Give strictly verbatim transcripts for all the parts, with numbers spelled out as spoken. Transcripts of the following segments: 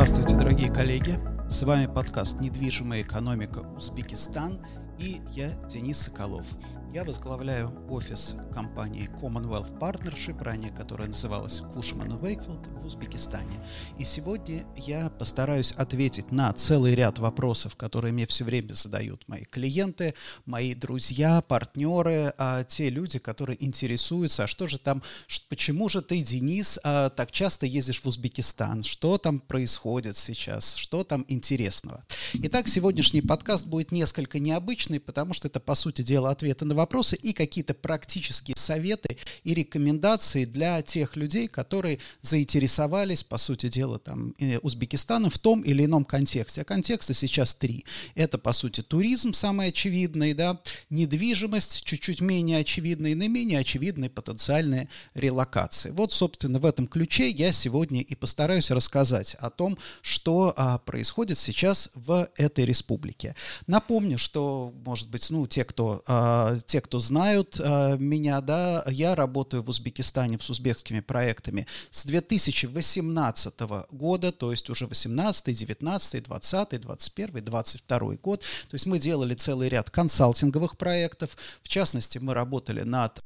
Здравствуйте, дорогие коллеги! С вами подкаст «Недвижимая экономика. Узбекистан» и я, Денис Соколов. Я возглавляю офис компании Commonwealth Partnership, ранее которая называлась Cushman и Wakefield, в Узбекистане. И сегодня я постараюсь ответить на целый ряд вопросов, которые мне все время задают мои клиенты, мои друзья, партнеры, а те люди, которые интересуются, а что же там, почему же ты, Денис, а, так часто ездишь в Узбекистан, что там происходит сейчас, что там интересного. Итак, сегодняшний подкаст будет несколько необычный, потому что это, по сути дела, ответы на вопросы и какие-то практические советы и рекомендации для тех людей, которые заинтересовались, по сути дела, там, Узбекистаном в том или ином контексте. А контекста сейчас три. Это, по сути, туризм, самый очевидный, да, недвижимость, чуть-чуть менее очевидные, и наименее очевидные потенциальные релокации. Вот, собственно, в этом ключе я сегодня и постараюсь рассказать о том, что а, происходит сейчас в этой республике. Напомню, что, может быть, ну, те, кто... А, те, кто знают э, меня, да, я работаю в Узбекистане с узбекскими проектами с две тысячи восемнадцатого года, то есть уже восемнадцатый, девятнадцатый, двадцатый, двадцать первый, двадцать второй год. То есть мы делали целый ряд консалтинговых проектов. В частности, мы работали над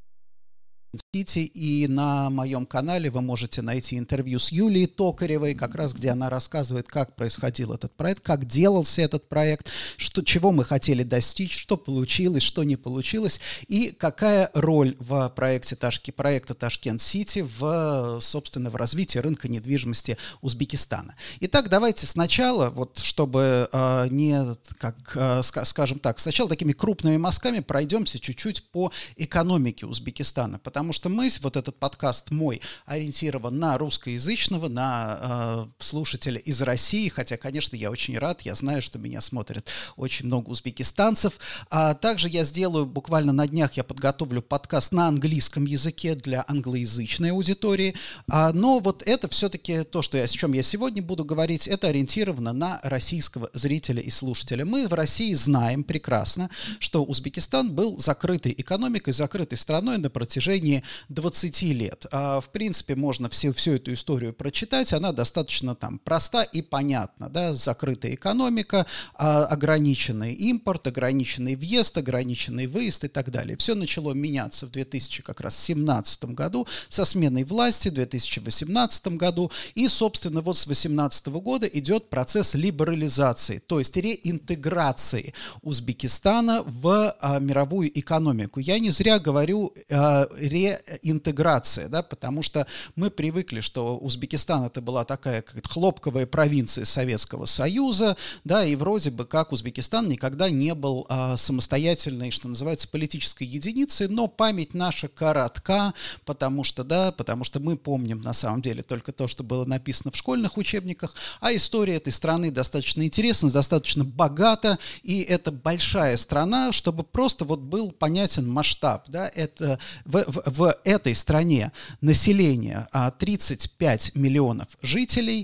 и на моем канале вы можете найти интервью с Юлией Токаревой, как раз где она рассказывает, как происходил этот проект, как делался этот проект, что, чего мы хотели достичь, что получилось, что не получилось, и какая роль в проекте, проекта Ташкент-Сити в, собственно, в развитии рынка недвижимости Узбекистана. Итак, давайте сначала, вот, чтобы э, не, как, э, скажем так, сначала такими крупными мазками пройдемся чуть-чуть по экономике Узбекистана, потому Потому что мы, вот этот подкаст мой, ориентирован на русскоязычного, на э, слушателя из России, хотя, конечно, я очень рад, я знаю, что меня смотрят очень много узбекистанцев. А также я сделаю, буквально на днях я подготовлю подкаст на английском языке для англоязычной аудитории. А, но вот это все-таки то, что я, о чем я сегодня буду говорить, это ориентировано на российского зрителя и слушателя. Мы в России знаем прекрасно, что Узбекистан был закрытой экономикой, закрытой страной на протяжении двадцати лет. В принципе, можно всю, всю эту историю прочитать, она достаточно там проста и понятна, да, закрытая экономика, ограниченный импорт, ограниченный въезд, ограниченный выезд и так далее. Все начало меняться в две тысячи семнадцатом году со сменой власти, в две тысячи восемнадцатом году, и, собственно, вот с две тысячи восемнадцатого года идет процесс либерализации, то есть реинтеграции Узбекистана в а, мировую экономику. Я не зря говорю а, реинтеграция, да, потому что мы привыкли, что Узбекистан это была такая как хлопковая провинция Советского Союза, да, и вроде бы как Узбекистан никогда не был а, самостоятельной, что называется, политической единицей, но память наша коротка, потому что, да, потому что мы помним на самом деле только то, что было написано в школьных учебниках, а история этой страны достаточно интересна, достаточно богата, и это большая страна, чтобы просто вот был понятен масштаб, да, это в, в, в этой стране население тридцать пять миллионов жителей,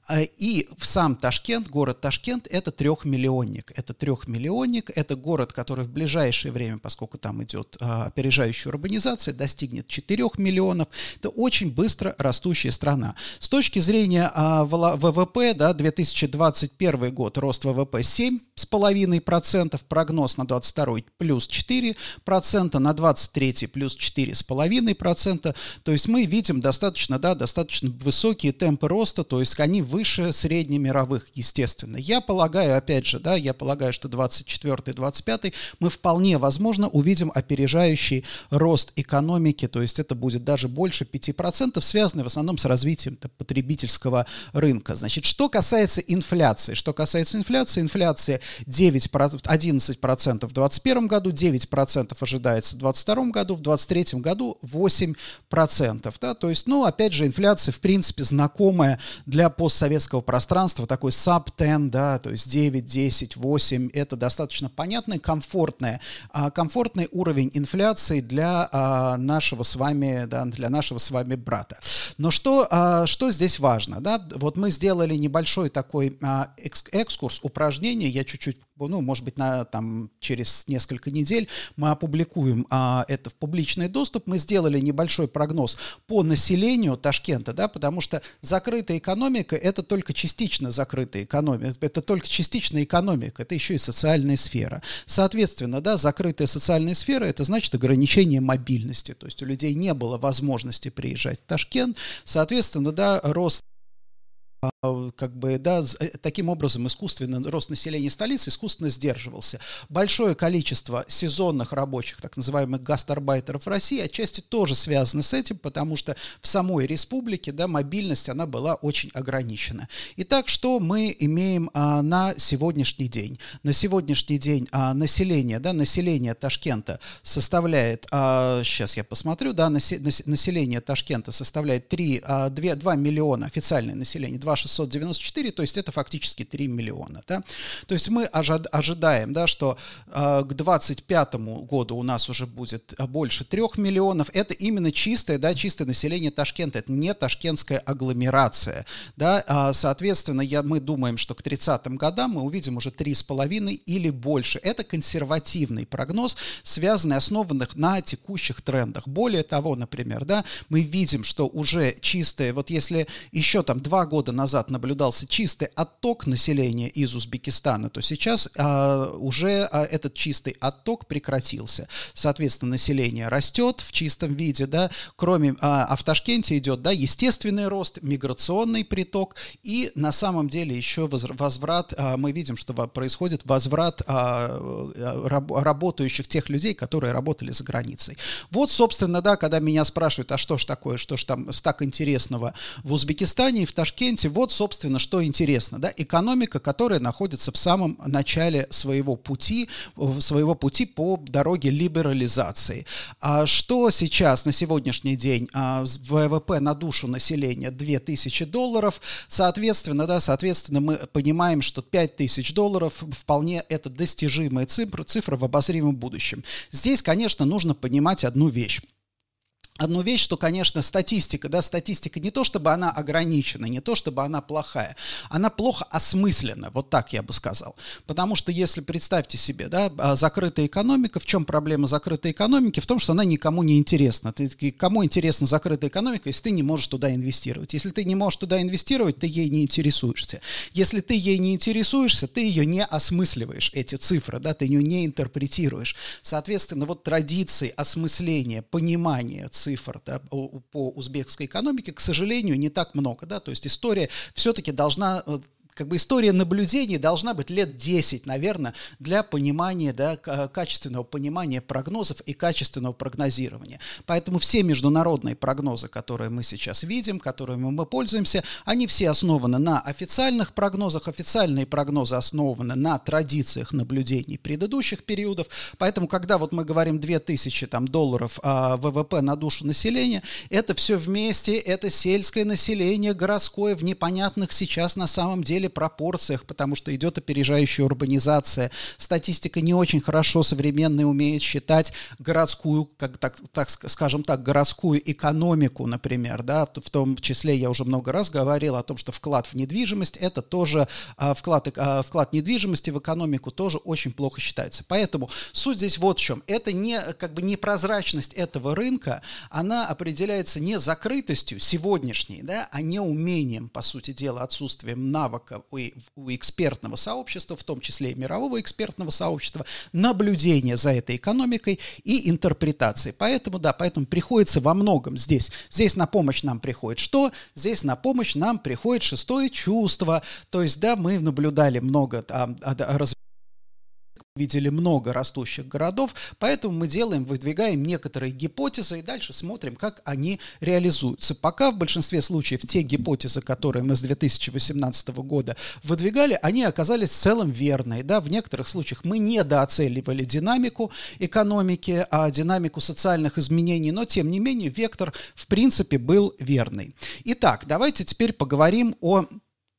и в сам Ташкент, город Ташкент, это трехмиллионник. Это трехмиллионник, это город, который в ближайшее время, поскольку там идет а, опережающая урбанизация, достигнет четырёх миллионов. Это очень быстро растущая страна. С точки зрения а, ВВП, да, две тысячи двадцать первый год, рост ВВП семь целых пять десятых процента, прогноз на двадцать второй плюс четыре процента, на двадцать третий плюс четыре целых пять десятых процента. То есть мы видим достаточно, да, достаточно высокие темпы роста, то есть они в выше среднемировых, естественно. Я полагаю, опять же, да, я полагаю, что двадцать четвёртый двадцать пятый мы вполне возможно увидим опережающий рост экономики, то есть это будет даже больше пяти процентов, связанный в основном с развитием потребительского рынка. Значит, что касается инфляции, что касается инфляции, инфляция девять, одиннадцать процентов в двадцать первом году, девять процентов ожидается в двадцать втором году, в двадцать третьем году восемь процентов, да, то есть, ну, опять же, инфляция, в принципе, знакомая для постсоветского советского пространства, такой sub десять, да, то есть девять, десять, восемь, это достаточно понятный, комфортный, а, комфортный уровень инфляции для а, нашего с вами, да, для нашего с вами брата. Но что, а, что здесь важно, да, вот мы сделали небольшой такой а, экскурс, упражнение, я чуть-чуть ну, может быть, на, там, через несколько недель мы опубликуем а, это в публичный доступ. Мы сделали небольшой прогноз по населению Ташкента, да, потому что закрытая экономика — это только частично закрытая экономика, это только частичная экономика, это еще и социальная сфера. Соответственно, да, закрытая социальная сфера — это значит ограничение мобильности, то есть у людей не было возможности приезжать в Ташкент, соответственно, да, рост как бы, да, таким образом искусственный рост населения столицы искусственно сдерживался. Большое количество сезонных рабочих, так называемых гастарбайтеров в России, отчасти тоже связано с этим, потому что в самой республике, да, мобильность, она была очень ограничена. Итак, что мы имеем а, на сегодняшний день? На сегодняшний день а, население, да, население Ташкента составляет, а, сейчас я посмотрю, да, насе, население Ташкента составляет три, а, два, два миллиона, официальное население, два тысячи шестьсот девяносто четыре, то есть это фактически три миллиона. Да? То есть мы ожидаем, да, что э, к двадцать пятому году у нас уже будет больше трех миллионов. Это именно чистое, да, чистое население Ташкента, это не ташкентская агломерация. Да? А, соответственно, я, мы думаем, что к тридцатым годам мы увидим уже три с половиной или больше. Это консервативный прогноз, связанный, основанный на текущих трендах. Более того, например, да, мы видим, что уже чистое, вот если еще там два года назад наблюдался чистый отток населения из Узбекистана, то сейчас а, уже а, этот чистый отток прекратился. Соответственно, население растет в чистом виде, да, кроме, а, а в Ташкенте идет, да, естественный рост, миграционный приток и на самом деле еще возврат, а, мы видим, что происходит возврат а, раб, работающих тех людей, которые работали за границей. Вот, собственно, да, когда меня спрашивают, а что ж такое, что ж там так интересного в Узбекистане и в Ташкенте, вот, собственно, что интересно, да, экономика, которая находится в самом начале своего пути, своего пути по дороге либерализации. А что сейчас на сегодняшний день а, вэ вэ пэ на душу населения две тысячи долларов, соответственно, да, соответственно, мы понимаем, что пять тысяч долларов вполне это достижимая цифра, цифра в обозримом будущем. Здесь, конечно, нужно понимать одну вещь. Одну вещь, что, конечно, статистика, да, статистика не то, чтобы она ограничена, не то, чтобы она плохая, она плохо осмыслена, вот так я бы сказал. Потому что если, представьте себе, да, закрытая экономика, в чем проблема закрытой экономики? В том, что она никому не интересна. Ты, кому интересна закрытая экономика, если ты не можешь туда инвестировать? Если ты не можешь туда инвестировать, ты ей не интересуешься. Если ты ей не интересуешься, ты ее не осмысливаешь, эти цифры, да, ты ее не интерпретируешь. Соответственно, вот традиции осмысления, понимания цифр, цифр, да, по узбекской экономике, к сожалению, не так много, да, то есть история все-таки должна, как бы история наблюдений должна быть лет десять, наверное, для понимания, да, качественного понимания прогнозов и качественного прогнозирования. Поэтому все международные прогнозы, которые мы сейчас видим, которыми мы пользуемся, они все основаны на официальных прогнозах. Официальные прогнозы основаны на традициях наблюдений предыдущих периодов. Поэтому, когда вот мы говорим две тысячи там, долларов а, вэ вэ пэ на душу населения, это все вместе, это сельское население, городское, в непонятных сейчас на самом деле пропорциях, потому что идет опережающая урбанизация. Статистика не очень хорошо современная умеет считать городскую, как, так, так, скажем так, городскую экономику, например, да, в том числе я уже много раз говорил о том, что вклад в недвижимость, это тоже а, вклад, а, вклад недвижимости в экономику тоже очень плохо считается. Поэтому суть здесь вот в чем. Это не, как бы непрозрачность этого рынка, она определяется не закрытостью сегодняшней, да, а не умением, по сути дела, отсутствием навыка У, у экспертного сообщества, в том числе и мирового экспертного сообщества, наблюдение за этой экономикой и интерпретации. Поэтому, да, поэтому приходится во многом здесь. Здесь на помощь нам приходит что? Здесь на помощь нам приходит шестое чувство. То есть, да, мы наблюдали много а, а, раз видели много растущих городов, поэтому мы делаем, выдвигаем некоторые гипотезы и дальше смотрим, как они реализуются. Пока в большинстве случаев те гипотезы, которые мы с две тысячи восемнадцатого года выдвигали, они оказались в целом верные. Да? В некоторых случаях мы недооценивали динамику экономики, а динамику социальных изменений, но тем не менее вектор в принципе был верный. Итак, давайте теперь поговорим о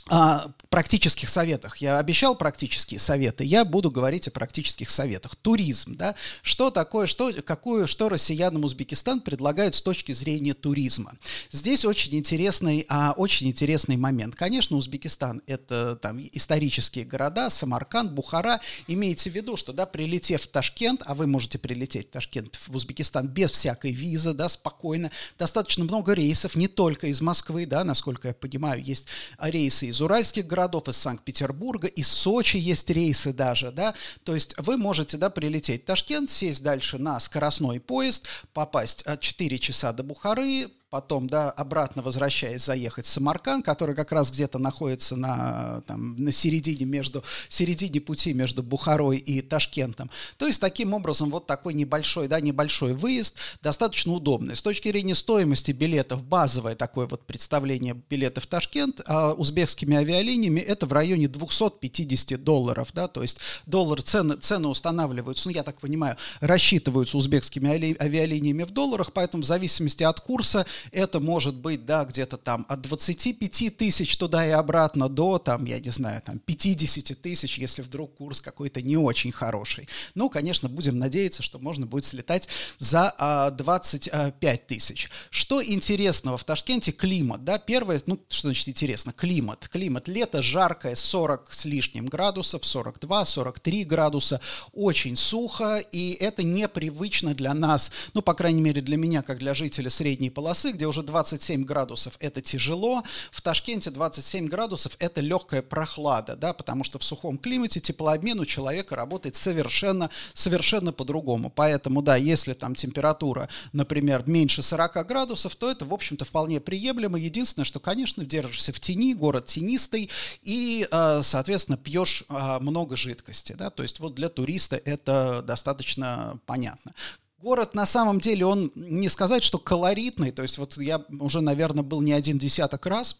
о практических советах. Я обещал практические советы, я буду говорить о практических советах. Туризм, да, что такое, что, какую, что россиянам Узбекистан предлагает с точки зрения туризма. Здесь очень интересный, а, очень интересный момент. Конечно, Узбекистан — это там исторические города, Самарканд, Бухара. Имейте в виду, что, да, прилетев в Ташкент, а вы можете прилететь в Ташкент, в Узбекистан без всякой визы, да, спокойно, достаточно много рейсов, не только из Москвы, да, насколько я понимаю, есть рейсы из из уральских городов, из Санкт-Петербурга, из Сочи есть рейсы даже, да, то есть вы можете, да, прилететь в Ташкент, сесть дальше на скоростной поезд, попасть четыре часа до Бухары, потом, да, обратно возвращаясь, заехать в Самарканд, который как раз где-то находится на, там, на середине, между, середине пути между Бухарой и Ташкентом. То есть, таким образом, вот такой небольшой, да, небольшой выезд, достаточно удобный. С точки зрения стоимости билетов, базовое такое вот представление билетов в Ташкент а узбекскими авиалиниями, это в районе двести пятьдесят долларов, да, то есть доллар, цены, цены устанавливаются, ну, я так понимаю, рассчитываются узбекскими ави- авиалиниями в долларах, поэтому в зависимости от курса это может быть, да, где-то там от двадцати пяти тысяч туда и обратно до, там, я не знаю, там, пятьдесят тысяч, если вдруг курс какой-то не очень хороший. Ну, конечно, будем надеяться, что можно будет слетать за а, двадцать пять тысяч. Что интересного в Ташкенте? Климат, да, первое, ну, что значит интересно? Климат. Климат. Лето жаркое, сорок с лишним градусов, сорок два сорок три градуса, очень сухо, и это непривычно для нас, ну, по крайней мере, для меня, как для жителя средней полосы, где уже двадцать семь градусов, это тяжело. В Ташкенте двадцать семь градусов, это легкая прохлада, да, потому что в сухом климате теплообмен у человека работает совершенно, совершенно по-другому. Поэтому, да, если там температура, например, меньше сорока градусов, то это, в общем-то, вполне приемлемо. Единственное, что, конечно, держишься в тени, город тенистый, и, соответственно, пьешь много жидкости, да, то есть вот для туриста это достаточно понятно. Город, на самом деле, он не сказать, что колоритный, то есть вот я уже, наверное, был не один десяток раз,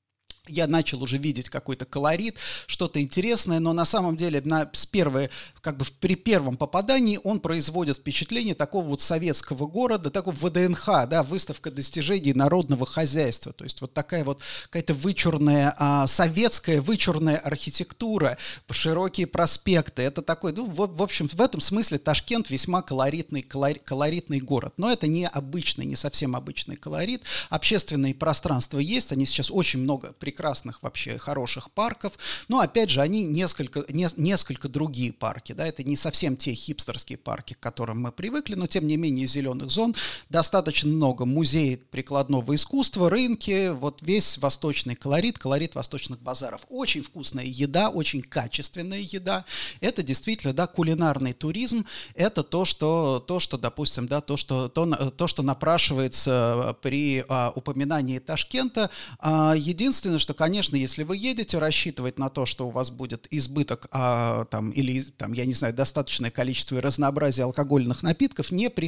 я начал уже видеть какой-то колорит, что-то интересное, но на самом деле на, с первой, как бы при первом попадании он производит впечатление такого вот советского города, такого вэ дэ эн ха, да, выставка достижений народного хозяйства, то есть вот такая вот какая-то вычурная, а, советская вычурная архитектура, широкие проспекты, это такой, ну, в, в общем, в этом смысле Ташкент весьма колоритный, колор, колоритный город, но это не обычный, не совсем обычный колорит, общественные пространства есть, они сейчас очень много прекрасных прекрасных вообще хороших парков, но опять же они несколько, не, несколько другие парки, да, это не совсем те хипстерские парки, к которым мы привыкли, но тем не менее зеленых зон достаточно много, музей прикладного искусства, рынки, вот весь восточный колорит, колорит восточных базаров, очень вкусная еда, очень качественная еда, это действительно, да, кулинарный туризм, это то, что, то, что допустим, да, то, что, то, то, что напрашивается при а, упоминании Ташкента. А, единственное, что, конечно, если вы едете, рассчитывать на то, что у вас будет избыток а, там, или, там, я не знаю, достаточное количество и разнообразие алкогольных напитков, не приходите.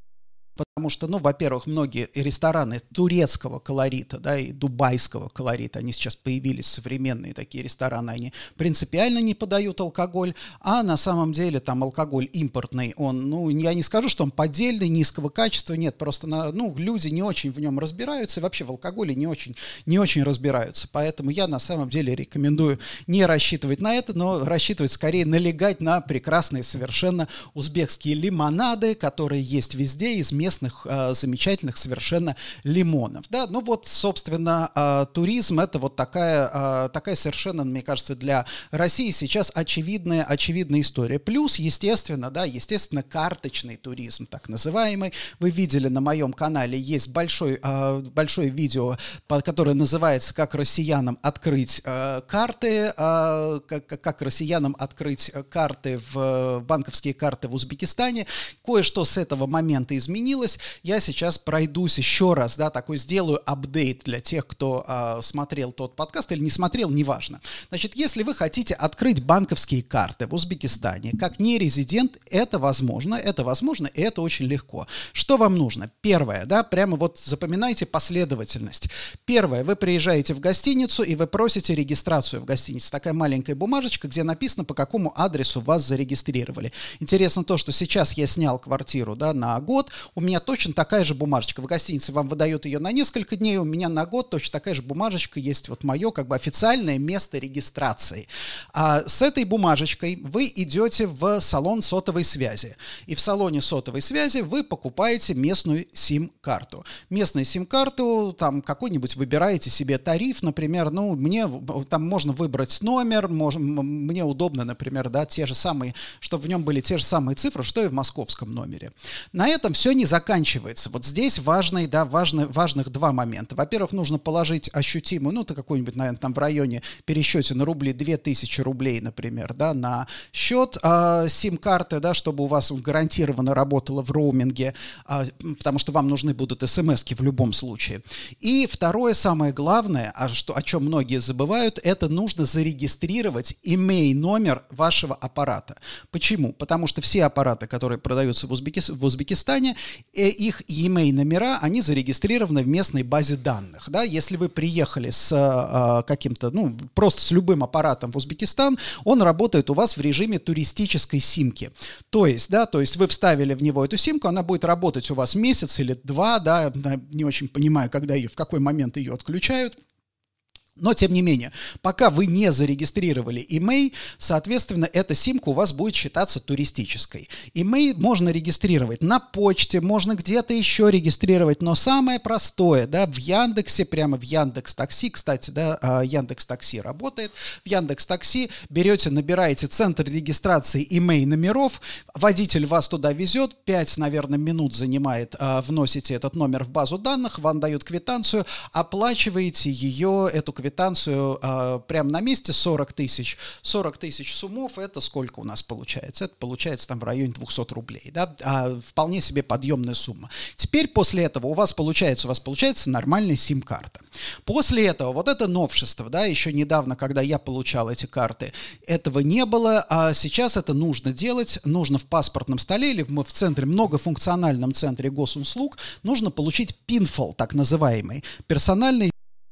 Потому что, ну, во-первых, многие рестораны турецкого колорита, да, и дубайского колорита, они сейчас появились, современные такие рестораны, они принципиально не подают алкоголь, а на самом деле там алкоголь импортный, он, ну, я не скажу, что он поддельный, низкого качества, нет, просто, на, ну, люди не очень в нем разбираются, и вообще в алкоголе не очень, не очень разбираются, поэтому я на самом деле рекомендую не рассчитывать на это, но рассчитывать скорее налегать на прекрасные совершенно узбекские лимонады, которые есть везде, из местных э, замечательных совершенно лимонов. Да? Ну вот, собственно, э, туризм — это вот такая, э, такая совершенно, мне кажется, для России сейчас очевидная, очевидная история. Плюс, естественно, да, естественно, карточный туризм, так называемый. Вы видели на моем канале, есть большой, э, большое видео, которое называется «Как россиянам открыть э, карты», э, как, как россиянам открыть карты, в, банковские карты в Узбекистане. Кое-что с этого момента изменилось. Я сейчас пройдусь еще раз, да, такой сделаю апдейт для тех, кто э, смотрел тот подкаст или не смотрел, неважно. Значит, если вы хотите открыть банковские карты в Узбекистане, как нерезидент, это возможно, это возможно, и это очень легко. Что вам нужно? Первое, да, прямо вот запоминайте последовательность. Первое, вы приезжаете в гостиницу, и вы просите регистрацию в гостинице. Такая маленькая бумажечка, где написано, по какому адресу вас зарегистрировали. Интересно то, что сейчас я снял квартиру, да, на год, у меня точно такая же бумажечка. В гостинице вам выдают ее на несколько дней, у меня на год точно такая же бумажечка есть, вот мое как бы официальное место регистрации. А с этой бумажечкой вы идете в салон сотовой связи. И в салоне сотовой связи вы покупаете местную сим-карту. Местную сим-карту, там какой-нибудь выбираете себе тариф, например, ну, мне там можно выбрать номер, мож, мне удобно, например, да, те же самые, чтобы в нем были те же самые цифры, что и в московском номере. На этом все не заканчивается. Вот здесь важный, да, важный, важных два момента. Во-первых, нужно положить ощутимую, ну, то какой-нибудь, наверное, там в районе пересчете на рубли две тысячи рублей, например, да, на счет э, сим-карты, да, чтобы у вас гарантированно работало в роуминге, э, потому что вам нужны будут смс-ки в любом случае. И второе, самое главное, а что, о чем многие забывают, это нужно зарегистрировать имей-номер вашего аппарата. Почему? Потому что все аппараты, которые продаются в, Узбекис... в Узбекистане, э, их имей-номера, они зарегистрированы в местной базе данных. Да? Если вы приехали с э, каким-то, ну, просто с любым аппаратом в Узбекистан, он работает у вас в режиме туристической симки. То есть, да, то есть вы вставили в него эту симку, она будет работать у вас месяц или два, да, не очень понимаю, когда ее, в какой момент ее отключают. Но, тем не менее, пока вы не зарегистрировали имей, соответственно, эта симка у вас будет считаться туристической. Имей можно регистрировать на почте, можно где-то еще регистрировать, но самое простое, да, в Яндексе, прямо в Яндекс.Такси, кстати, да, Яндекс.Такси работает, в Яндекс.Такси берете, набираете центр регистрации имей номеров, водитель вас туда везет, пять, наверное, минут занимает, вносите этот номер в базу данных, вам дают квитанцию, оплачиваете ее, эту квитанцию, квитанцию э, прямо на месте, сорок тысяч. сорок тысяч сумов, это сколько у нас получается? Это получается там в районе двухсот рублей, да? А, вполне себе подъемная сумма. Теперь после этого у вас получается, у вас получается нормальная сим-карта. После этого, вот это новшество, да, еще недавно, когда я получал эти карты, этого не было, а сейчас это нужно делать, нужно в паспортном столе или в, в центре, многофункциональном центре госуслуг, нужно получить пинфол, так называемый, персональный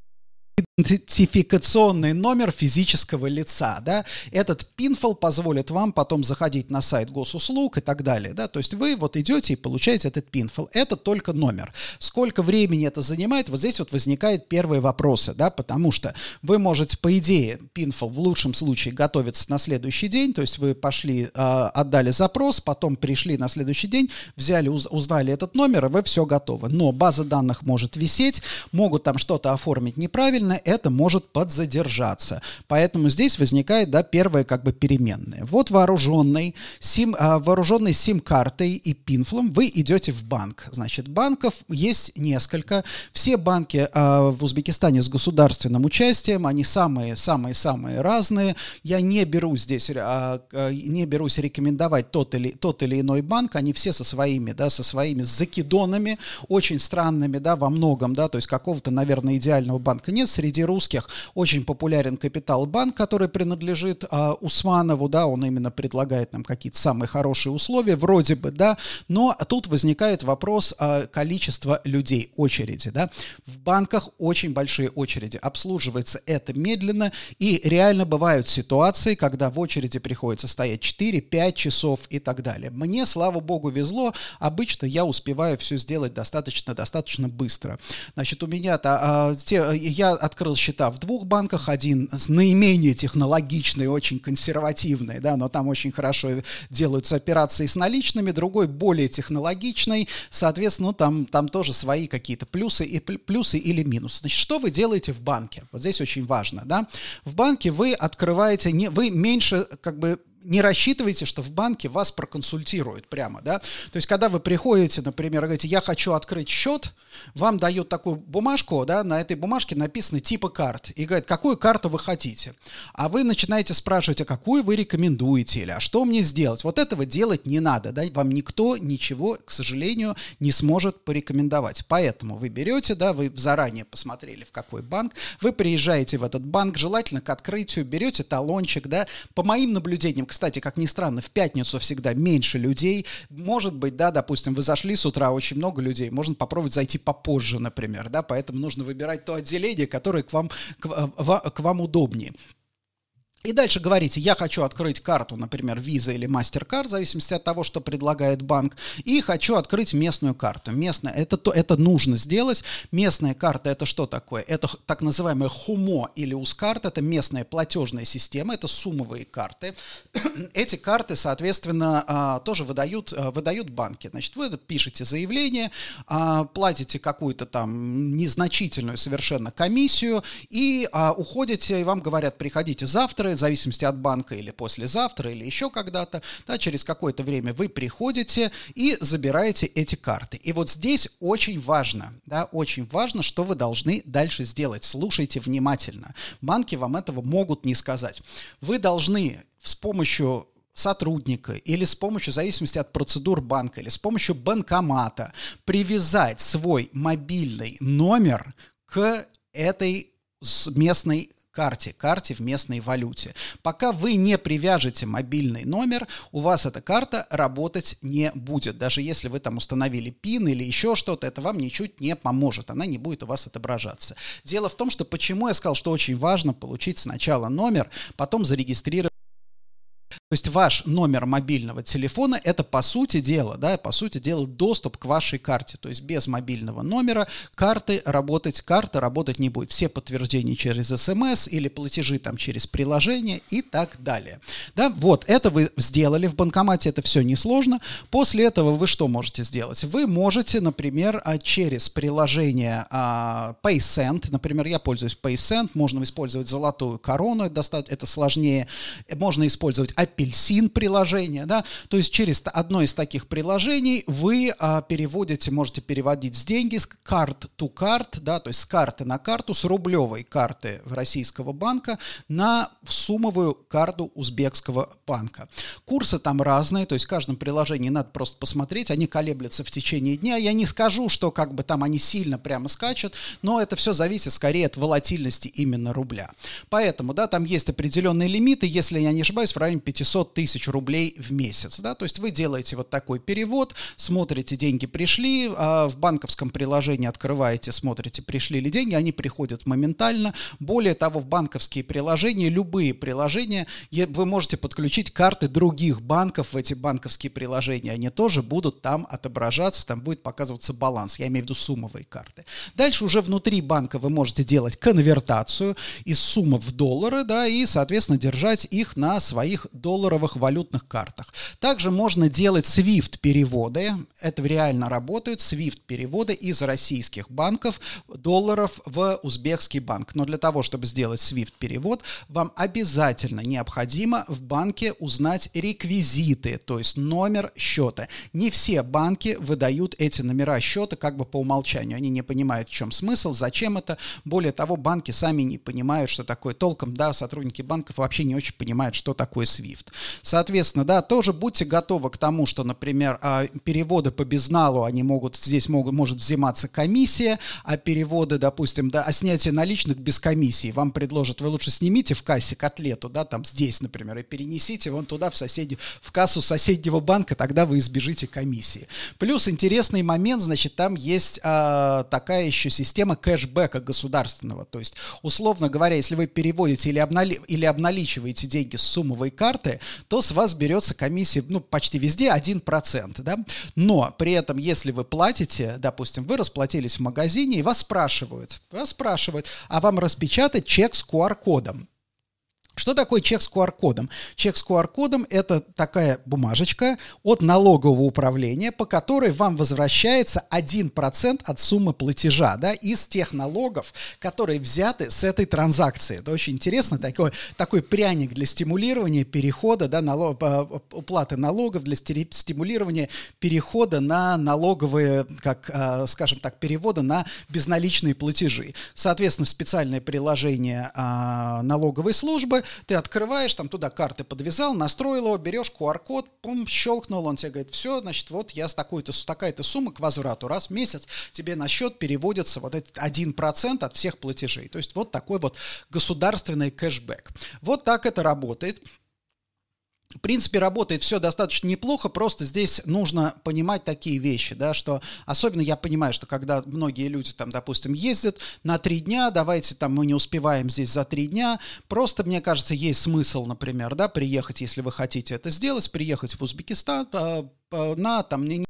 идентификационный номер физического лица, да, этот пинфол позволит вам потом заходить на сайт госуслуг и так далее, да, то есть вы вот идете и получаете этот пинфол, это только номер. Сколько времени это занимает, вот здесь вот возникают первые вопросы, да, потому что вы можете, по идее, пинфол в лучшем случае готовиться на следующий день, то есть вы пошли, э, отдали запрос, потом пришли на следующий день, взяли, уз, узнали этот номер, и вы все готовы, но база данных может висеть, могут там что-то оформить неправильно, это может подзадержаться. Поэтому здесь возникает, да, первая как бы переменная. Вот вооруженный, сим, а, вооруженный сим-картой и пинфлом вы идете в банк. Значит, банков есть несколько. Все банки а, в Узбекистане с государственным участием, они самые-самые-самые разные. Я не берусь здесь, а, не берусь рекомендовать тот или, тот или иной банк. Они все со своими, да, со своими закидонами, очень странными, да, во многом, да, то есть какого-то, наверное, идеального банка нет. Среди русских очень популярен Капитал-банк, который принадлежит а, Усманову, да, он именно предлагает нам какие-то самые хорошие условия, вроде бы, да, но тут возникает вопрос а, количества людей, очереди, да. В банках очень большие очереди, обслуживается это медленно, и реально бывают ситуации, когда в очереди приходится стоять четыре-пять часов и так далее. Мне, слава богу, везло, обычно я успеваю все сделать достаточно-достаточно быстро. Значит, у меня-то, а, те, я открыл счета в двух банках, один наименее технологичный, очень консервативный, да, но там очень хорошо делаются операции с наличными, другой более технологичный, соответственно, ну, там, там тоже свои какие-то плюсы, и, плюсы или минусы. Значит, что вы делаете в банке? Вот здесь очень важно, да. В банке вы открываете, не, вы меньше, как бы, не рассчитывайте, что в банке вас проконсультируют прямо, да. То есть, когда вы приходите, например, говорите, я хочу открыть счет, вам дают такую бумажку, да, на этой бумажке написаны типы карт, и говорят, какую карту вы хотите. А вы начинаете спрашивать, а какую вы рекомендуете, или а что мне сделать? Вот этого делать не надо, да, вам никто ничего, к сожалению, не сможет порекомендовать. Поэтому вы берете, да, вы заранее посмотрели, в какой банк, вы приезжаете в этот банк, желательно к открытию, берете талончик, да, по моим наблюдениям, кстати, как ни странно, в пятницу всегда меньше людей. Может быть, да, допустим, вы зашли с утра, очень много людей, можно попробовать зайти попозже, например, да, поэтому нужно выбирать то отделение, которое к вам, к, к вам удобнее. И дальше говорите, я хочу открыть карту, например, Visa или MasterCard, в зависимости от того, что предлагает банк, и хочу открыть местную карту. Местная, это, то, это нужно сделать. Местная карта — это что такое? Это так называемая хумо или ускарт, это местная платежная система, это суммовые карты. Эти карты, соответственно, тоже выдают, выдают банки. Значит, вы пишете заявление, платите какую-то там незначительную совершенно комиссию и уходите, и вам говорят, приходите завтра, в зависимости от банка, или послезавтра, или еще когда-то, да, через какое-то время вы приходите и забираете эти карты. И вот здесь очень важно, да, очень важно, что вы должны дальше сделать. Слушайте внимательно. Банки вам этого могут не сказать. Вы должны с помощью сотрудника или с помощью, в зависимости от процедур банка, или с помощью банкомата привязать свой мобильный номер к этой местной карте, карте в местной валюте. Пока вы не привяжете мобильный номер, у вас эта карта работать не будет. Даже если вы там установили пин или еще что-то, это вам ничуть не поможет. Она не будет у вас отображаться. Дело в том, что почему я сказал, что очень важно получить сначала номер, потом зарегистрировать. То есть ваш номер мобильного телефона — это, по сути дела, да, по сути дела, доступ к вашей карте. То есть без мобильного номера карты работать, карта работать не будет. Все подтверждения через смс или платежи там через приложение и так далее. Да, вот, это вы сделали в банкомате, это все несложно. После этого вы что можете сделать? Вы можете, например, через приложение а, PaySend, например, я пользуюсь PaySend, можно использовать золотую корону, это, достаточно, это сложнее, можно использовать апельсин приложение, да, то есть через одно из таких приложений вы а, переводите, можете переводить деньги с карт to карт, да, то есть с карты на карту, с рублевой карты российского банка на суммовую карту узбекского банка. Курсы там разные, то есть в каждом приложении надо просто посмотреть, они колеблются в течение дня. Я не скажу, что как бы там они сильно прямо скачут, но это все зависит скорее от волатильности именно рубля. Поэтому, да, там есть определенные лимиты, если я не ошибаюсь, в районе пятьсот тысяч рублей в месяц, да, то есть вы делаете вот такой перевод, смотрите, деньги пришли, а в банковском приложении открываете, смотрите, пришли ли деньги, они приходят моментально. Более того, в банковские приложения, любые приложения, вы можете подключить карты других банков в эти банковские приложения, они тоже будут там отображаться, там будет показываться баланс, я имею в виду суммовые карты. Дальше уже внутри банка вы можете делать конвертацию из суммы в доллары, да, и, соответственно, держать их на своих долларовых валютных картах. Также можно делать свифт-переводы, это реально работают, свифт-переводы из российских банков долларов в узбекский банк. Но для того, чтобы сделать свифт-перевод, вам обязательно необходимо в банке узнать реквизиты, то есть номер счета. Не все банки выдают эти номера счета как бы по умолчанию. Они не понимают, в чем смысл, зачем это. Более того, банки сами не понимают, что такое толком, да, сотрудники банков вообще не очень понимают, что такое свифт. Соответственно, да, тоже будьте готовы к тому, что, например, переводы по безналу, они могут, здесь могут, может взиматься комиссия, а переводы, допустим, да, о снятии наличных без комиссии вам предложат, вы лучше снимите в кассе котлету, да, там здесь, например, и перенесите вон туда, в соседнюю, в кассу соседнего банка, тогда вы избежите комиссии. Плюс интересный момент, значит, там есть а, такая еще система кэшбэка государственного, то есть, условно говоря, если вы переводите или, обнали, или обналичиваете деньги с суммовой карты, то с вас берется комиссия, ну, почти везде один процент, да, но при этом, если вы платите, допустим, вы расплатились в магазине, и вас спрашивают, вас спрашивают, а вам распечатать чек с ку ар кодом. Что такое чек с ку ар кодом? Чек с ку ар кодом — это такая бумажечка от налогового управления, по которой вам возвращается один процент от суммы платежа, да, из тех налогов, которые взяты с этой транзакции. Это очень интересно, такой, такой пряник для стимулирования перехода, да, налог, уплаты налогов, для стимулирования перехода на налоговые, как, скажем так, перевода на безналичные платежи. Соответственно, в специальное приложение налоговой службы ты открываешь, там туда карты подвязал, настроил его, берешь ку ар код, пум, щелкнул, он тебе говорит, все, значит, вот я с такой-то, такая-то сумма к возврату раз в месяц тебе на счет переводится вот этот один процент от всех платежей. То есть вот такой вот государственный кэшбэк. Вот так это работает. В принципе, работает все достаточно неплохо, просто здесь нужно понимать такие вещи, да, что особенно я понимаю, что когда многие люди там, допустим, ездят на три дня, давайте там мы не успеваем здесь за три дня, просто, мне кажется, есть смысл, например, да, приехать, если вы хотите это сделать, приехать в Узбекистан по, по, на там не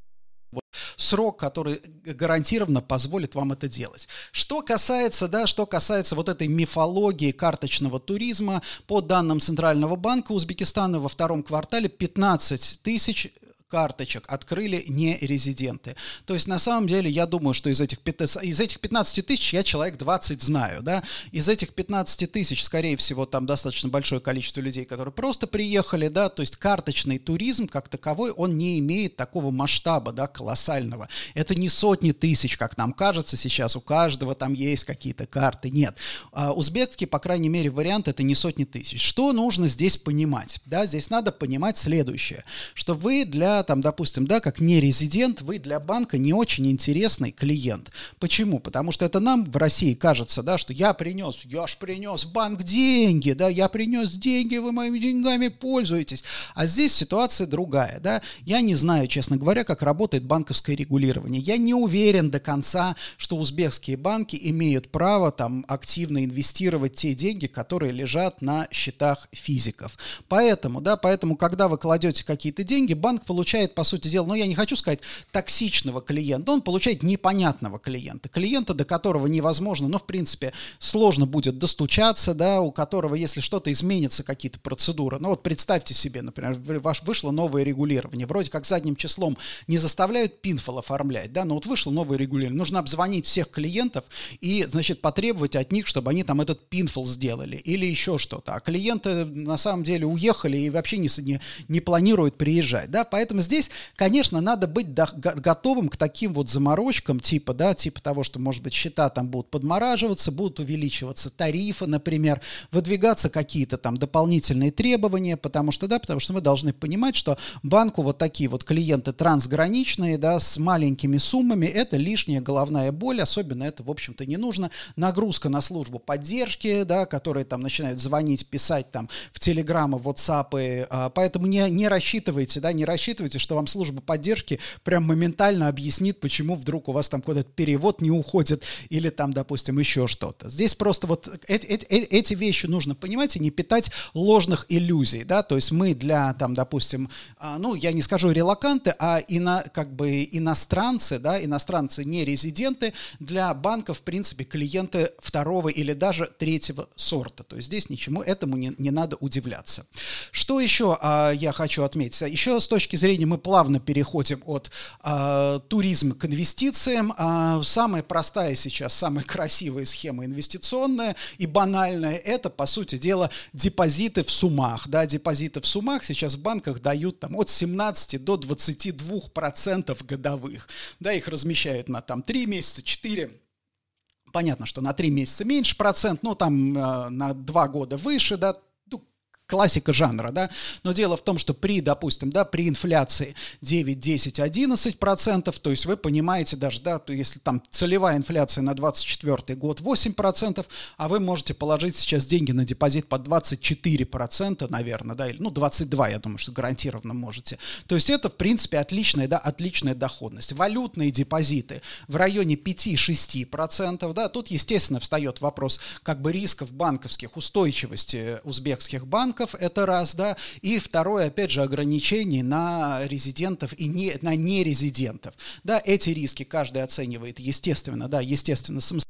срок, который гарантированно позволит вам это делать. Что касается, да, что касается вот этой мифологии карточного туризма, по данным Центрального банка Узбекистана во втором квартале пятнадцать тысяч карточек открыли нерезиденты. То есть, на самом деле, я думаю, что из этих, из этих пятнадцати тысяч я человек двадцать знаю, да, из этих пятнадцати тысяч, скорее всего, там достаточно большое количество людей, которые просто приехали, да, то есть карточный туризм, как таковой, он не имеет такого масштаба, да, колоссального. Это не сотни тысяч, как нам кажется сейчас, у каждого там есть какие-то карты, нет. А узбекский, по крайней мере, вариант, это не сотни тысяч. Что нужно здесь понимать, да, здесь надо понимать следующее, что вы для там, допустим, да, как нерезидент, вы для банка не очень интересный клиент. Почему? Потому что это нам в России кажется, да, что я принес, я ж принес в банк деньги, да, я принес деньги, вы моими деньгами пользуетесь. А здесь ситуация другая, да. Я не знаю, честно говоря, как работает банковское регулирование. Я не уверен до конца, что узбекские банки имеют право там активно инвестировать те деньги, которые лежат на счетах физиков. Поэтому, да, поэтому, когда вы кладете какие-то деньги, банк получает получает, по сути дела, ну, я не хочу сказать токсичного клиента, он получает непонятного клиента, клиента, до которого невозможно, но, в принципе, сложно будет достучаться, да, у которого, если что-то изменится, какие-то процедуры, ну, вот представьте себе, например, ваш, вышло новое регулирование, вроде как задним числом не заставляют пинфол оформлять, да, но вот вышло новое регулирование, нужно обзвонить всех клиентов и, значит, потребовать от них, чтобы они там этот пинфол сделали или еще что-то, а клиенты, на самом деле, уехали и вообще не, не, не планируют приезжать, да, поэтому здесь, конечно, надо быть до, готовым к таким вот заморочкам, типа, да, типа того, что, может быть, счета там будут подмораживаться, будут увеличиваться тарифы, например, выдвигаться какие-то там дополнительные требования, потому что, да, потому что мы должны понимать, что банку вот такие вот клиенты трансграничные, да, с маленькими суммами, это лишняя головная боль, особенно это, в общем-то, не нужно. Нагрузка на службу поддержки, да, которые там начинают звонить, писать там в телеграммы, в ватсапы, а, поэтому не, не рассчитывайте, да, не рассчитывайте, что вам служба поддержки прям моментально объяснит, почему вдруг у вас там куда-то перевод не уходит или там, допустим, еще что-то. Здесь просто вот эти, эти, эти вещи нужно понимать и не питать ложных иллюзий, да, то есть мы для, там, допустим, ну, я не скажу релоканты, а ино, как бы иностранцы, да, иностранцы не резиденты, для банка, в принципе, клиенты второго или даже третьего сорта, то есть здесь ничему этому не, не надо удивляться. Что еще а, я хочу отметить? Еще с точки зрения мы плавно переходим от э, туризма к инвестициям. Э, самая простая сейчас, самая красивая схема инвестиционная и банальная, это, по сути дела, депозиты в суммах. Да, депозиты в суммах сейчас в банках дают там, от семнадцати до двадцати двух процентов годовых. Да, их размещают на там, три месяца, четыре. Понятно, что на три месяца меньше процент, но там э, на два года выше, да, классика жанра, да, но дело в том, что при, допустим, да, при инфляции девять, десять, одиннадцать процентов, то есть вы понимаете даже, да, то если там целевая инфляция на двадцать четвёртый год восемь процентов, а вы можете положить сейчас деньги на депозит под двадцать четыре процента, наверное, да, или, ну, двадцать два, я думаю, что гарантированно можете. То есть это, в принципе, отличная, да, отличная доходность. Валютные депозиты в районе пять-шесть процентов, да, тут, естественно, встает вопрос как бы рисков банковских, устойчивости узбекских банков, это раз, да, и второе, опять же, ограничений на резидентов и не, на нерезидентов. Да, эти риски каждый оценивает, естественно, да, естественно, самостоятельно.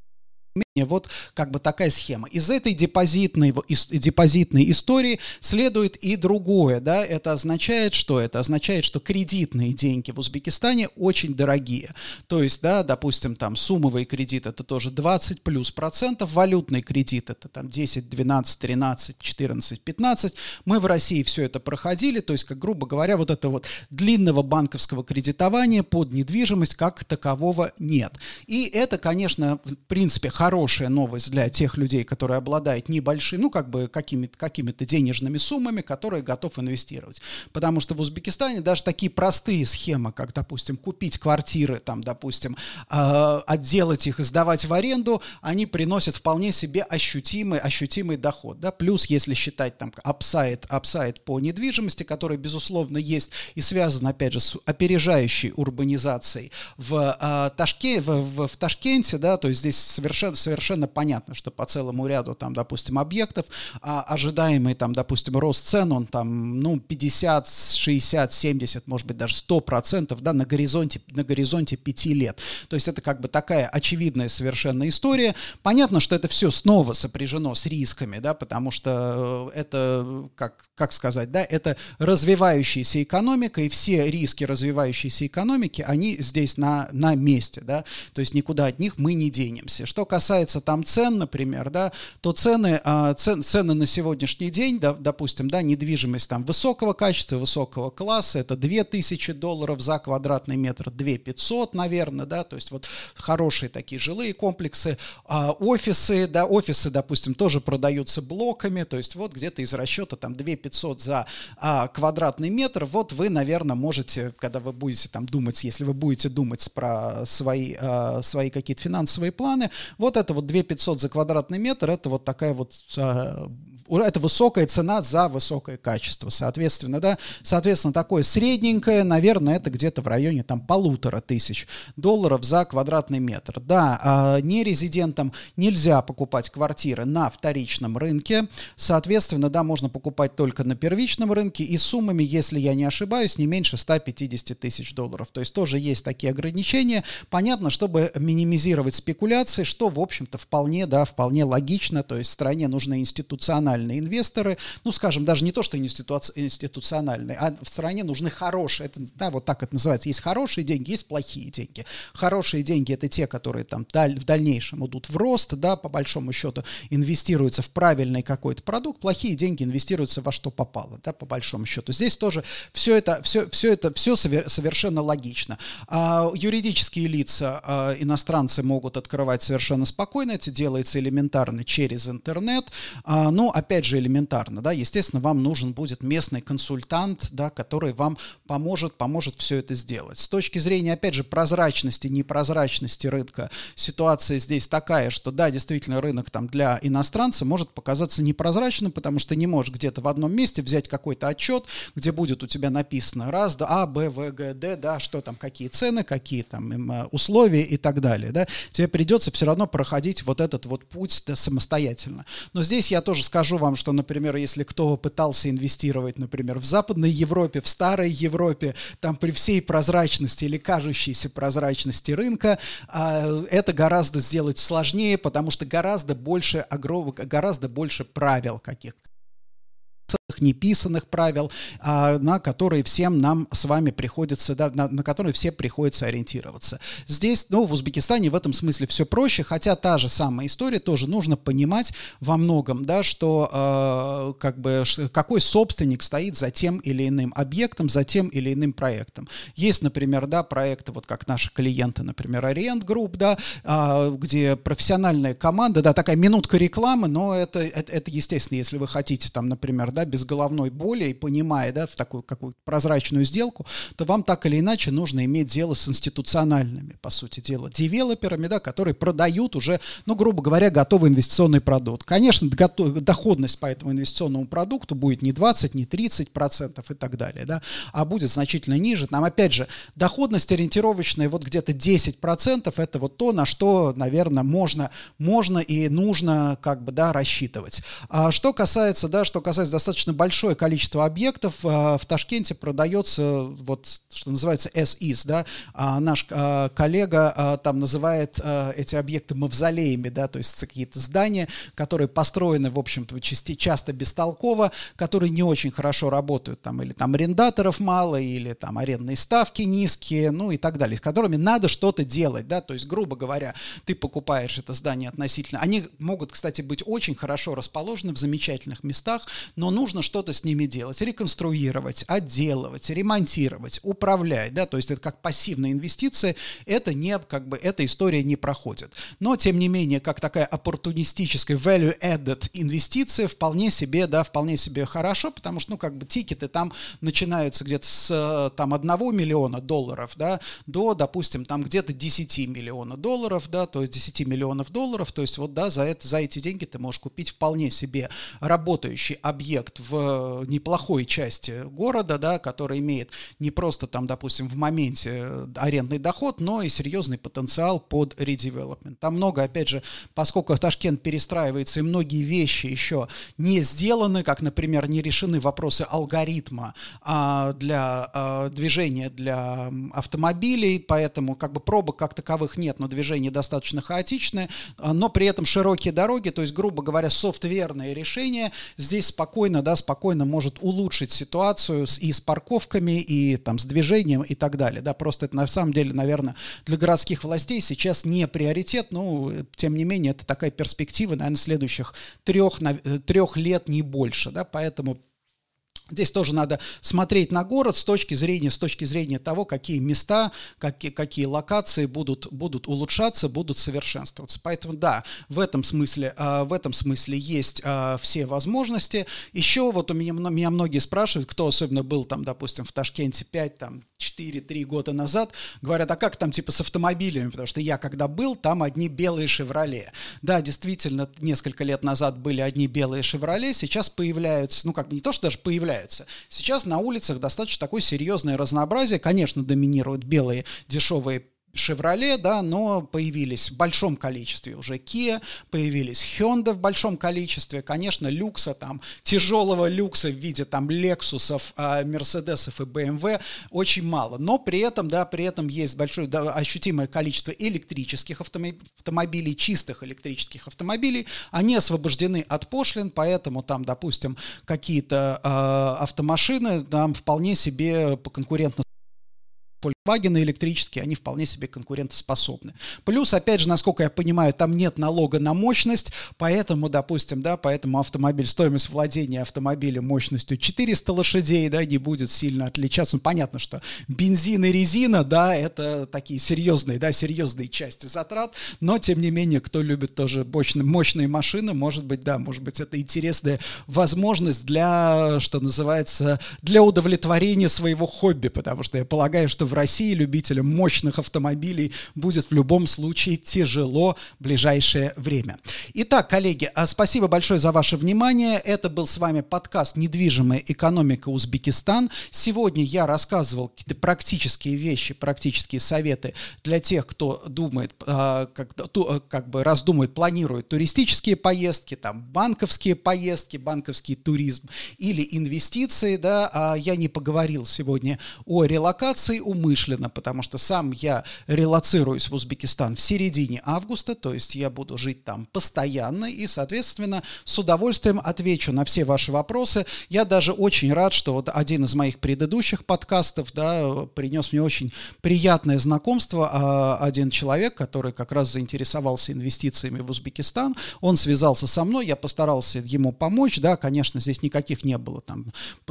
Вот как бы такая схема. Из этой депозитной, из, депозитной истории следует и другое, да, это означает, что это означает, что кредитные деньги в Узбекистане очень дорогие, то есть, да, допустим, там суммовый кредит это тоже двадцать плюс процентов, валютный кредит это там десять, двенадцать, тринадцать, четырнадцать, пятнадцать, мы в России все это проходили, то есть, как грубо говоря, вот это вот длинного банковского кредитования под недвижимость как такового нет, и это, конечно, в принципе, хорошая хорошая новость для тех людей, которые обладают небольшими, ну, как бы какими-то, какими-то денежными суммами, которые готов инвестировать. Потому что в Узбекистане даже такие простые схемы, как, допустим, купить квартиры, там, допустим, э, отделать их и сдавать в аренду, они приносят вполне себе ощутимый, ощутимый доход. Да? Плюс, если считать там апсайд, апсайд по недвижимости, который, безусловно, есть и связан, опять же, с опережающей урбанизацией в, э, Ташке, в, в, в Ташкенте, да, то есть здесь совершенно, совершенно понятно, что по целому ряду, там, допустим, объектов, а, ожидаемый, там, допустим, рост цен, он там, ну, пятьдесят, шестьдесят, семьдесят, может быть, даже сто процентов, да, на горизонте, на горизонте пяти лет. То есть это как бы такая очевидная совершенно история. Понятно, что это все снова сопряжено с рисками, да, потому что это, как, как сказать, да, это развивающаяся экономика, и все риски развивающейся экономики, они здесь на, на месте, да, то есть никуда от них мы не денемся. Что касается там цен, например, да, то цены, а, цен, цены на сегодняшний день, да, допустим, да, недвижимость там высокого качества, высокого класса, это две тысячи долларов за квадратный метр, две тысячи пятьсот, наверное, да, то есть вот хорошие такие жилые комплексы, а, офисы, да, офисы, допустим, тоже продаются блоками, то есть вот где-то из расчета там две тысячи пятьсот за а, квадратный метр, вот вы, наверное, можете, когда вы будете там думать, если вы будете думать про свои, а, свои какие-то финансовые планы, вот это вот две тысячи пятьсот за квадратный метр, это вот такая вот, а, это высокая цена за высокое качество, соответственно, да, соответственно, такое средненькое, наверное, это где-то в районе там полутора тысяч долларов за квадратный метр. Да, а, нерезидентам нельзя покупать квартиры на вторичном рынке, соответственно, да, можно покупать только на первичном рынке и суммами, если я не ошибаюсь, не меньше ста пятидесяти тысяч долларов. То есть тоже есть такие ограничения. Понятно, чтобы минимизировать спекуляции, что, в общем-то, вполне, да, вполне логично. То есть стране нужны институциональные инвесторы. Ну, скажем, даже не то, что институци- институциональные, а в стране нужны хорошие. Это, да, вот так это называется. Есть хорошие деньги, есть плохие деньги. Хорошие деньги — это те, которые там даль- в дальнейшем идут в рост, да, по большому счету инвестируются в правильный какой-то продукт. Плохие деньги инвестируются во что попало, да, по большому счету. Здесь тоже все это, все, все это, все совершенно логично. А, юридические лица, а, иностранцы могут открывать совершенно спокойно, это делается элементарно через интернет, а, ну, опять же, элементарно, да, естественно, вам нужен будет местный консультант, да, который вам поможет, поможет все это сделать. С точки зрения, опять же, прозрачности, непрозрачности рынка, ситуация здесь такая, что, да, действительно, рынок там для иностранца может показаться непрозрачным, потому что ты не можешь где-то в одном месте взять какой-то отчет, где будет у тебя написано раз, да, А, Б, В, Г, Д, да, что там, какие цены, какие там условия и так далее, да. Тебе придется все равно проходить вот этот вот путь, да, самостоятельно. Но здесь я тоже скажу вам, что, например, если кто пытался инвестировать, например, в Западной Европе, в Старой Европе, там при всей прозрачности или кажущейся прозрачности рынка, это гораздо сделать сложнее, потому что гораздо больше, гораздо больше правил каких-то, неписанных правил, а, на которые всем нам с вами приходится, да, на, на которые все приходится ориентироваться. Здесь, ну, в Узбекистане в этом смысле все проще, хотя та же самая история, тоже нужно понимать во многом, да, что э, как бы, какой собственник стоит за тем или иным объектом, за тем или иным проектом. Есть, например, да, проекты, вот как наши клиенты, например, Orient Group, да, э, где профессиональная команда, да, такая минутка рекламы, но это, это, это естественно, если вы хотите там, например, да, без головной боли и понимая, да, в такую какую-то прозрачную сделку, то вам так или иначе нужно иметь дело с институциональными, по сути дела, девелоперами, да, которые продают уже, ну, грубо говоря, готовый инвестиционный продукт. Конечно, доходность по этому инвестиционному продукту будет не двадцать, не тридцать процентов и так далее, да, а будет значительно ниже. Нам, опять же, доходность ориентировочная вот где-то десять процентов, это вот то, на что, наверное, можно, можно и нужно как бы, да, рассчитывать. А что касается, да, что касается достаточно большое количество объектов, в Ташкенте продается, вот, что называется, эс-ис, да, а наш а, коллега а, там называет а, эти объекты мавзолеями, да, то есть какие-то здания, которые построены, в общем-то, часто бестолково, которые не очень хорошо работают, там, или там арендаторов мало, или там арендные ставки низкие, ну и так далее, с которыми надо что-то делать, да, то есть, грубо говоря, ты покупаешь это здание относительно, они могут, кстати, быть очень хорошо расположены в замечательных местах, но нужно нужно что-то с ними делать, реконструировать, отделывать, ремонтировать, управлять, да, то есть это как пассивная инвестиция, это не, как бы, эта история не проходит. Но, тем не менее, как такая оппортунистическая value-added инвестиция вполне себе, да, вполне себе хорошо, потому что, ну, как бы тикеты там начинаются где-то с там одного миллиона долларов, да, до, допустим, там где-то десяти миллионов долларов, да, то есть десяти миллионов долларов, то есть вот, да, за это, за эти деньги ты можешь купить вполне себе работающий объект в неплохой части города, да, который имеет не просто там, допустим, в моменте арендный доход, но и серьезный потенциал под редевелопмент. Там много, опять же, поскольку Ташкент перестраивается и многие вещи еще не сделаны, как, например, не решены вопросы алгоритма а, для а, движения для автомобилей, поэтому как бы пробок как таковых нет, но движение достаточно хаотичное, но при этом широкие дороги, то есть, грубо говоря, софтверное решение здесь спокойно, да, спокойно может улучшить ситуацию с, и с парковками, и там с движением и так далее, да, просто это на самом деле, наверное, для городских властей сейчас не приоритет, но тем не менее это такая перспектива, наверное, следующих трех, трех лет, не больше, да, поэтому здесь тоже надо смотреть на город с точки зрения, с точки зрения того, какие места, какие, какие локации будут, будут улучшаться, будут совершенствоваться. Поэтому да, в этом смысле, э, в этом смысле есть э, все возможности. Еще вот у меня, меня многие спрашивают, кто особенно был там, допустим, в Ташкенте пять, там, четыре, три года назад, говорят, а как там типа с автомобилями, потому что я когда был, там одни белые «Шевроле». Да, действительно, несколько лет назад были одни белые «Шевроле», сейчас появляются, ну как бы не то, что даже появляются, сейчас на улицах достаточно такое серьезное разнообразие. Конечно, доминируют белые дешевые «Шевроле», да, но появились в большом количестве уже Kia, появились Hyundai в большом количестве, конечно, люкса, там, тяжелого люкса в виде там Лексусов, Мерседесов и бэ эм вэ очень мало, но при этом, да, при этом есть большое, да, ощутимое количество электрических автомобилей, чистых электрических автомобилей, они освобождены от пошлин, поэтому там, допустим, какие-то э, автомашины там вполне себе по конкурентно Volkswagen электрические, они вполне себе конкурентоспособны. Плюс, опять же, насколько я понимаю, там нет налога на мощность, поэтому, допустим, да, поэтому автомобиль, стоимость владения автомобилем мощностью четыреста лошадей, да, не будет сильно отличаться. Ну, понятно, что бензин и резина, да, это такие серьезные, да, серьезные части затрат, но, тем не менее, кто любит тоже мощные, мощные машины, может быть, да, может быть, это интересная возможность для, что называется, для удовлетворения своего хобби, потому что я полагаю, что в России любителям мощных автомобилей будет в любом случае тяжело в ближайшее время. Итак, коллеги, спасибо большое за ваше внимание. Это был с вами подкаст «Недвижимая экономика Узбекистан». Сегодня я рассказывал какие-то практические вещи, практические советы для тех, кто думает, как, как бы раздумывает, планирует туристические поездки, там, банковские поездки, банковский туризм или инвестиции. Да. Я не поговорил сегодня о релокации, умышленно, потому что сам я релоцируюсь в Узбекистан в середине августа, то есть я буду жить там постоянно и, соответственно, с удовольствием отвечу на все ваши вопросы. Я даже очень рад, что вот один из моих предыдущих подкастов, да, принес мне очень приятное знакомство. Один человек, который как раз заинтересовался инвестициями в Узбекистан, он связался со мной, я постарался ему помочь, да, конечно, здесь никаких не было там,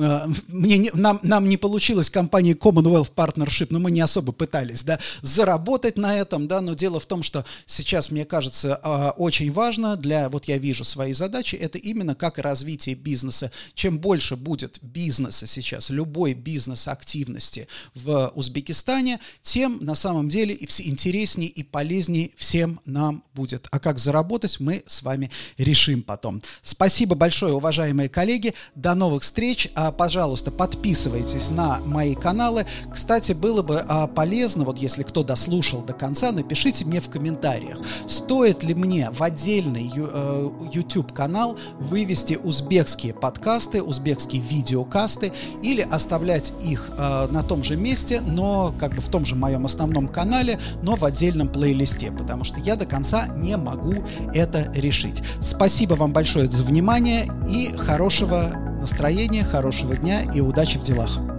мне не, нам, нам не получилось компании Commonwealth Partnership, но мы не особо пытались, да, заработать на этом, да, но дело в том, что сейчас, мне кажется, очень важно для, вот я вижу свои задачи, это именно как развитие бизнеса. Чем больше будет бизнеса сейчас, любой бизнес-активности в Узбекистане, тем на самом деле и интереснее и полезнее всем нам будет. А как заработать, мы с вами решим потом. Спасибо большое, уважаемые коллеги, до новых встреч, пожалуйста, подписывайтесь на мои каналы. Кстати, было бы а, полезно, вот если кто дослушал до конца, напишите мне в комментариях, стоит ли мне в отдельный ю, э, YouTube-канал вывести узбекские подкасты, узбекские видеокасты или оставлять их э, на том же месте, но как бы в том же моем основном канале, но в отдельном плейлисте, потому что я до конца не могу это решить. Спасибо вам большое за внимание и хорошего настроения, хорошего дня и удачи в делах.